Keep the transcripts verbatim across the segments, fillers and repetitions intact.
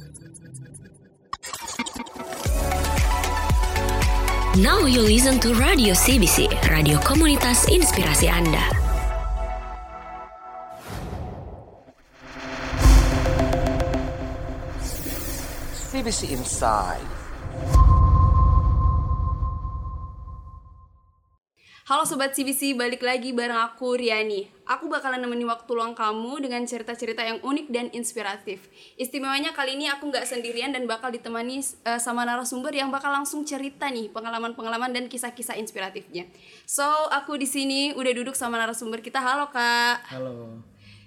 Now you listen to Radio C B C, radio komunitas inspirasi Anda. C B C Inside. Halo Sobat C B C, balik lagi bareng aku Riani. Aku bakalan nemenin waktu luang kamu dengan cerita-cerita yang unik dan inspiratif. Istimewanya kali ini aku gak sendirian dan bakal ditemani uh, sama narasumber yang bakal langsung cerita nih pengalaman-pengalaman dan kisah-kisah inspiratifnya. So, aku di sini udah duduk sama narasumber kita. Halo Kak. Halo.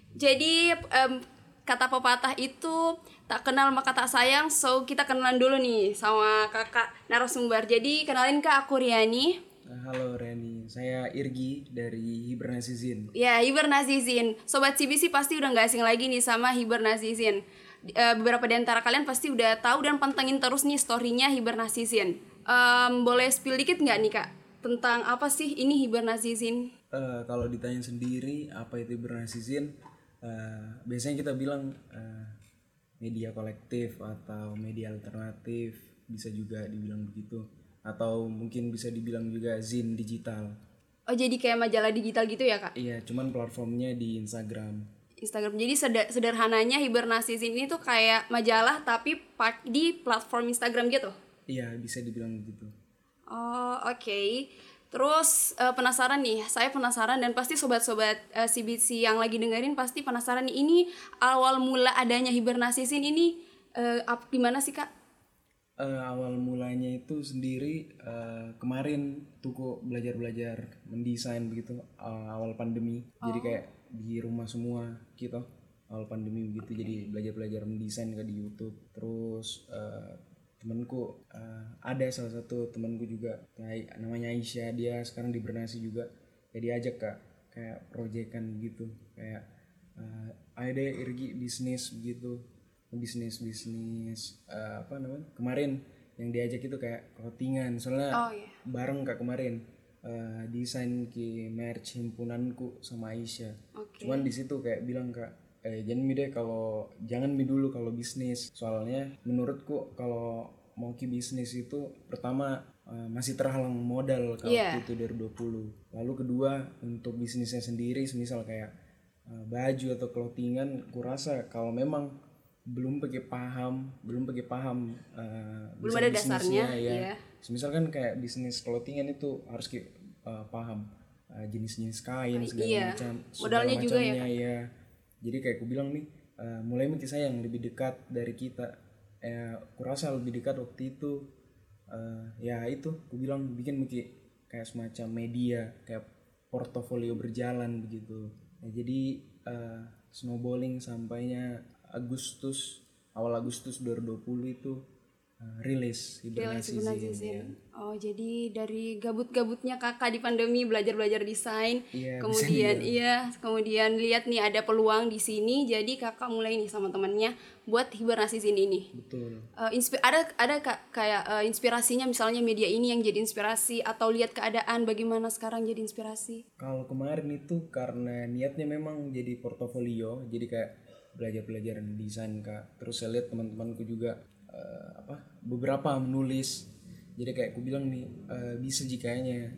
Jadi um, kata pepatah itu tak kenal maka tak sayang. So, kita kenalan dulu nih sama kakak narasumber. Jadi kenalin Kak, aku Riani. Halo Reni, saya Irgi dari Hibernasi Zin. Ya, Hibernasi Zin. Sobat C B C pasti udah gak asing lagi nih sama Hibernasi Zin. E, beberapa di antara kalian pasti udah tahu dan pantengin terus nih story-nya Hibernasi Zin. Um, boleh spill dikit gak nih Kak? Tentang apa sih ini Hibernasi Zin? Uh, kalau ditanya sendiri apa itu Hibernasi Zin, uh, biasanya kita bilang uh, media kolektif atau media alternatif, bisa juga dibilang begitu. Atau mungkin bisa dibilang juga zin digital. Oh, jadi kayak majalah digital gitu ya Kak? Iya, cuman platformnya di Instagram. Instagram. Jadi sederhananya Hibernasi Zin ini tuh kayak majalah tapi di platform Instagram gitu? Iya, bisa dibilang begitu. Oh, oke. Okay. Terus uh, penasaran nih, saya penasaran dan pasti sobat-sobat uh, C B C yang lagi dengerin pasti penasaran nih, ini awal mula adanya Hibernasi Zin ini uh, gimana sih Kak? Uh, awal mulanya itu sendiri uh, kemarin tuh kok belajar-belajar mendesain begitu uh, awal pandemi. Oh. Jadi kayak di rumah semua gitu awal pandemi begitu. Okay. Jadi belajar-belajar mendesain ke di YouTube. Terus uh, temanku uh, ada salah satu temanku juga kayak namanya Aisyah, dia sekarang di Bernasi juga. Ya diajak Kak kayak proyekan gitu kayak uh, ayo deh Irgi bisnis begitu. bisnis bisnis uh, apa namanya kemarin yang diajak itu kayak clothingan soalnya. Oh, yeah. Bareng Kak kemarin uh, desain ke merch himpunanku sama Aisyah. Okay. Cuman di situ kayak bilang Kak eh jangan mi deh kalau jangan mi dulu kalau bisnis, soalnya menurutku kalau mau ke bisnis itu pertama uh, masih terhalang modal kalau yeah. itu dari dua puluh. Lalu kedua untuk bisnisnya sendiri semisal kayak uh, baju atau clothingan, kurasa kalau memang belum pakai paham, belum pakai paham uh, belum ada dasarnya ya. Iya. Misalkan kayak bisnis clothingan itu harus ke, uh, paham uh, jenis-jenis kain segala iya. macam, modalnya juga ya, ya. Jadi kayak aku bilang nih, uh, mulai mungkin saya yang lebih dekat dari kita, eh, kurasa lebih dekat waktu itu, uh, ya itu aku bilang bikin mungkin kayak semacam media, kayak portofolio berjalan begitu. Nah, jadi uh, snowballing sampainya Agustus, awal Agustus dua ribu dua puluh itu uh, rilis Hibernasi Zin. Oh, jadi dari gabut-gabutnya kakak di pandemi belajar-belajar desain, iya, kemudian iya, kemudian lihat nih ada peluang di sini, jadi kakak mulai nih sama temannya buat Hibernasi Zin ini. Betul. Uh, inspi- ada ada kak, kayak uh, inspirasinya misalnya media ini yang jadi inspirasi atau lihat keadaan bagaimana sekarang jadi inspirasi? Kalau kemarin itu karena niatnya memang jadi portofolio, jadi kayak belajar-belajar desain Kak. Terus saya lihat teman-temanku juga uh, apa beberapa menulis. Jadi kayak aku bilang nih uh, bisa jikanya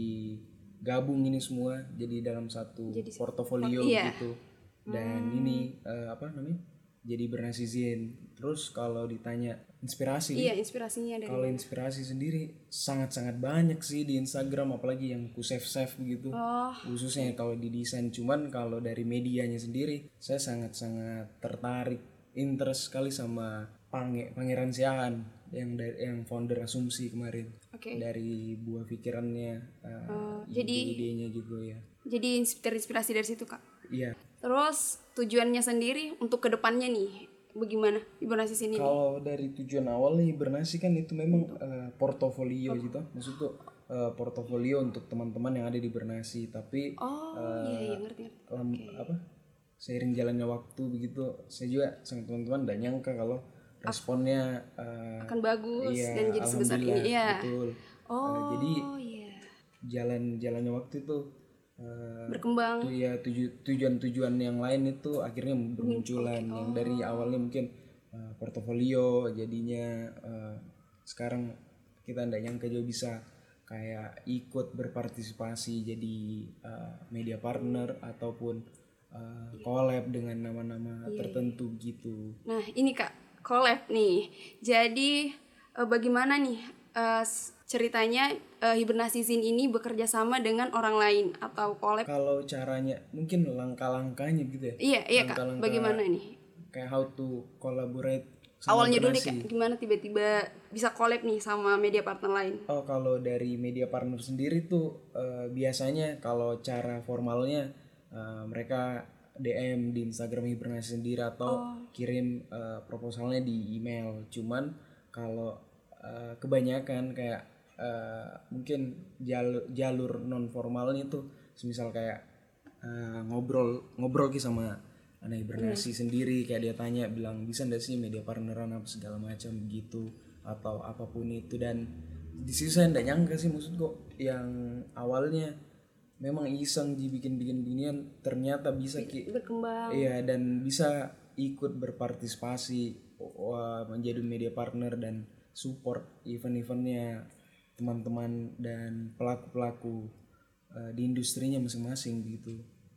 digabung ini semua jadi dalam satu jadi, portofolio iya. gitu. Dan hmm. ini uh, apa namanya? Jadi Hibernasi Zin. Terus kalau ditanya inspirasi, iya, inspirasinya dari kalau inspirasi sendiri sangat-sangat banyak sih di Instagram, apalagi yang ku save-save begitu. Oh. Khususnya kalau di desain. Cuman kalau dari medianya sendiri, saya sangat-sangat tertarik, interest sekali sama Pange, Pangeran Siahaan yang dari yang founder Asumsi kemarin. Okay. Dari buah pikirannya, uh, uh, ide-idenya gitu ya. Jadi terinspirasi dari situ Kak. Iya. Terus tujuannya sendiri untuk kedepannya nih bagaimana Hibernasi Zin ini? Kalau dari tujuan awal nih Hibernasi kan itu memang uh, portofolio oh. gitu, maksud tuh uh, portofolio untuk teman-teman yang ada di Hibernasi. Tapi oh uh, iya iya ngerti. Lam, okay. apa seiring jalannya waktu begitu, saya juga sama teman-teman udah nyangka kalau responnya uh, akan bagus iya, dan jadi sebesar ini ya. Betul. Oh uh, jadi iya. Jalan-jalannya waktu itu Uh, berkembang tuh ya tuju, tujuan-tujuan yang lain itu akhirnya bermunculan. Okay. Oh. Yang dari awalnya mungkin uh, portofolio jadinya. Uh, sekarang kita nggak nyangka juga bisa kayak ikut berpartisipasi jadi uh, media partner ataupun uh, collab dengan nama-nama Iya, tertentu gitu. Nah ini Kak, collab nih. Jadi uh, bagaimana nih uh, s- ceritanya uh, Hibernasi Zine ini bekerja sama dengan orang lain atau collab? Kalau caranya mungkin langkah-langkahnya gitu ya. Iya, iya Kak. Langkah-langkah Bagaimana nih? kayak how to collaborate sama Awalnya dulu nih Hibernasi. Kak, gimana tiba-tiba bisa collab nih sama media partner lain? Oh, kalau dari media partner sendiri tuh eh, biasanya kalau cara formalnya eh, mereka D M di Instagram Hibernasi sendiri atau kirim eh, proposalnya di email. Cuman kalau eh, kebanyakan kayak eh, mungkin jalur jalur non formalnya tuh semisal kayak eh, ngobrol ngobrol ki sama anak Hibernasi sendiri, kayak dia tanya bilang bisa nggak sih media partneran apa segala macam gitu atau apapun itu. Dan di situ saya nggak nyangka sih, maksud kok yang awalnya memang iseng dibikin-bikin ginian ternyata bisa ki Berkembang. iya dan bisa ikut berpartisipasi wah, menjadi media partner dan support event-eventnya teman-teman dan pelaku-pelaku eh, di industrinya masing-masing gitu.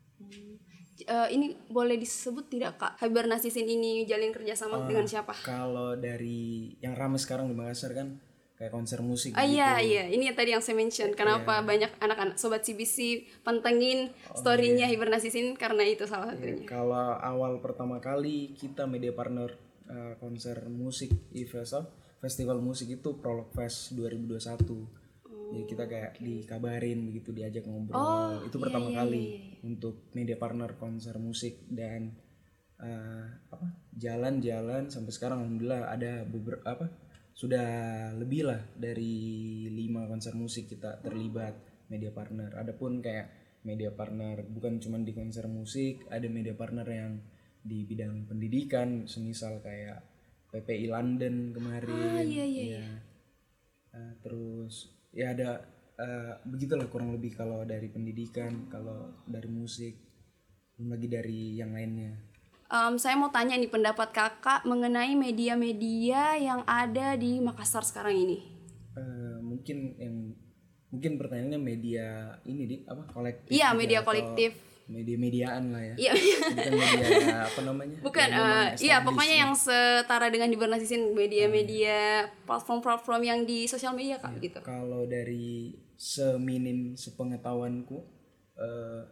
Uh, ini boleh disebut tidak Kak, Hibernasi Zine ini jalin kerjasama dengan siapa? Kalau dari yang ramai sekarang di Makassar kan kayak konser musik Ah gitu. iya iya, ini yang tadi yang saya mention. Kenapa banyak anak-anak sobat C B C pantengin story-nya Hibernasi Zine karena itu salah satunya. Kalau awal pertama kali kita media partner uh, konser musik e-festival festival musik itu Prolog Fest dua ribu dua puluh satu. Jadi kita kayak dikabarin begitu, diajak ngobrol. Itu pertama kali untuk media partner konser musik. Dan uh, apa jalan-jalan sampai sekarang alhamdulillah ada beberapa apa sudah lebih lah dari lima konser musik kita terlibat media partner. Adapun kayak media partner bukan cuma di konser musik, ada media partner yang di bidang pendidikan, semisal kayak P P I London kemarin. Ah iya iya. Ya. Uh, terus ya ada uh, begitulah kurang lebih kalau dari pendidikan, kalau dari musik, belum lagi dari yang lainnya. Um, saya mau tanya nih pendapat kakak mengenai media-media yang ada di Makassar sekarang ini. Uh, mungkin yang mungkin pertanyaannya media ini di apa kolektif? Iya juga, media atau kolektif. Media-mediaan lah ya. Iya. Bukan media apa namanya? Bukan, yang memang uh, iya established pokoknya ya. yang setara dengan Hibernasi Zine, media-media platform-platform yang di sosial media kak gitu. Kalau dari seminim sepengetahuanku uh,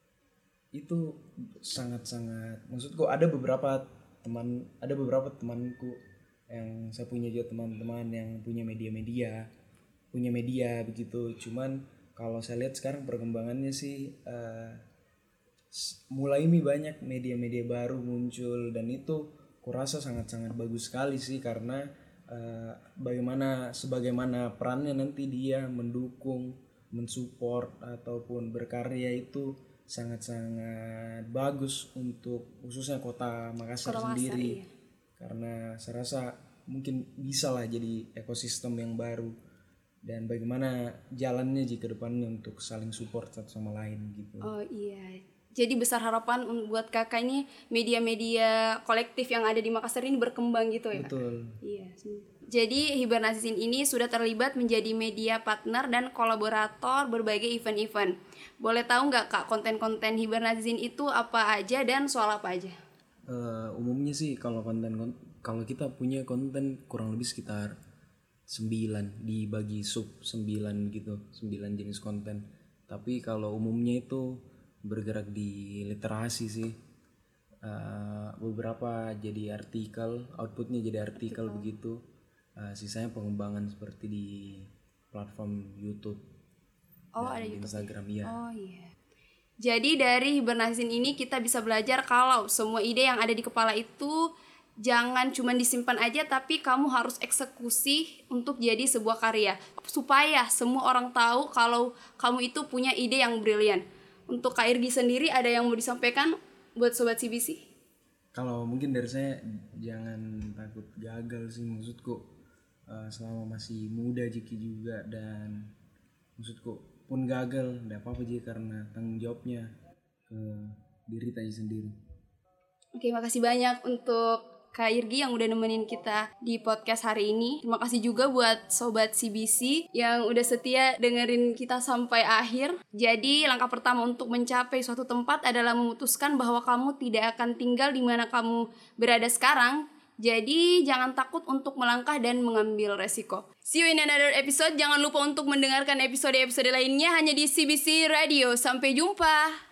itu sangat-sangat, maksudku ada beberapa teman ada beberapa temanku yang saya punya juga teman-teman yang punya media-media punya media begitu. Cuman kalau saya lihat sekarang perkembangannya sih uh, mulai ini banyak media-media baru muncul, dan itu kurasa sangat-sangat bagus sekali sih, karena uh, bagaimana sebagaimana perannya nanti dia mendukung, mensupport ataupun berkarya itu sangat-sangat bagus untuk khususnya kota Makassar Kota Makassar, sendiri. iya. Karena saya rasa mungkin bisa lah jadi ekosistem yang baru, dan bagaimana jalannya jika depannya untuk saling support satu sama lain gitu. Oh iya. Jadi besar harapan buat kakak ini media-media kolektif yang ada di Makassar ini berkembang gitu ya. Betul. Iya. Jadi Hibernasi Zine ini sudah terlibat menjadi media partner dan kolaborator berbagai event-event. Boleh tahu nggak kak konten-konten Hibernasi Zine itu apa aja dan soal apa aja? Uh, umumnya sih kalau konten kalau kita punya konten kurang lebih sekitar sembilan, dibagi sub sembilan gitu, sembilan jenis konten. Tapi kalau umumnya itu bergerak di literasi sih. Uh, beberapa jadi artikel, outputnya jadi artikel, artikel. begitu. Uh, sisanya pengembangan seperti di platform YouTube. Oh, dan ada di YouTube. Instagram ya. Oh iya. Jadi dari Hibernasi Zine ini kita bisa belajar kalau semua ide yang ada di kepala itu jangan cuma disimpan aja, tapi kamu harus eksekusi untuk jadi sebuah karya supaya semua orang tahu kalau kamu itu punya ide yang brilian. Untuk Kak Irgi sendiri ada yang mau disampaikan buat Sobat C B C? Kalau mungkin dari saya jangan takut gagal sih, maksudku uh, selama masih muda Jiki juga, dan maksudku pun gagal enggak apa-apa Jiki, karena tanggung jawabnya ke diri tadi sendiri. Oke, makasih banyak untuk Kak Irgi yang udah nemenin kita di podcast hari ini. Terima kasih juga buat Sobat C B C yang udah setia dengerin kita sampai akhir. Jadi langkah pertama untuk mencapai suatu tempat adalah memutuskan bahwa kamu tidak akan tinggal di mana kamu berada sekarang. Jadi jangan takut untuk melangkah dan mengambil resiko. See you in another episode. Jangan lupa untuk mendengarkan episode-episode lainnya hanya di C B C Radio. Sampai jumpa.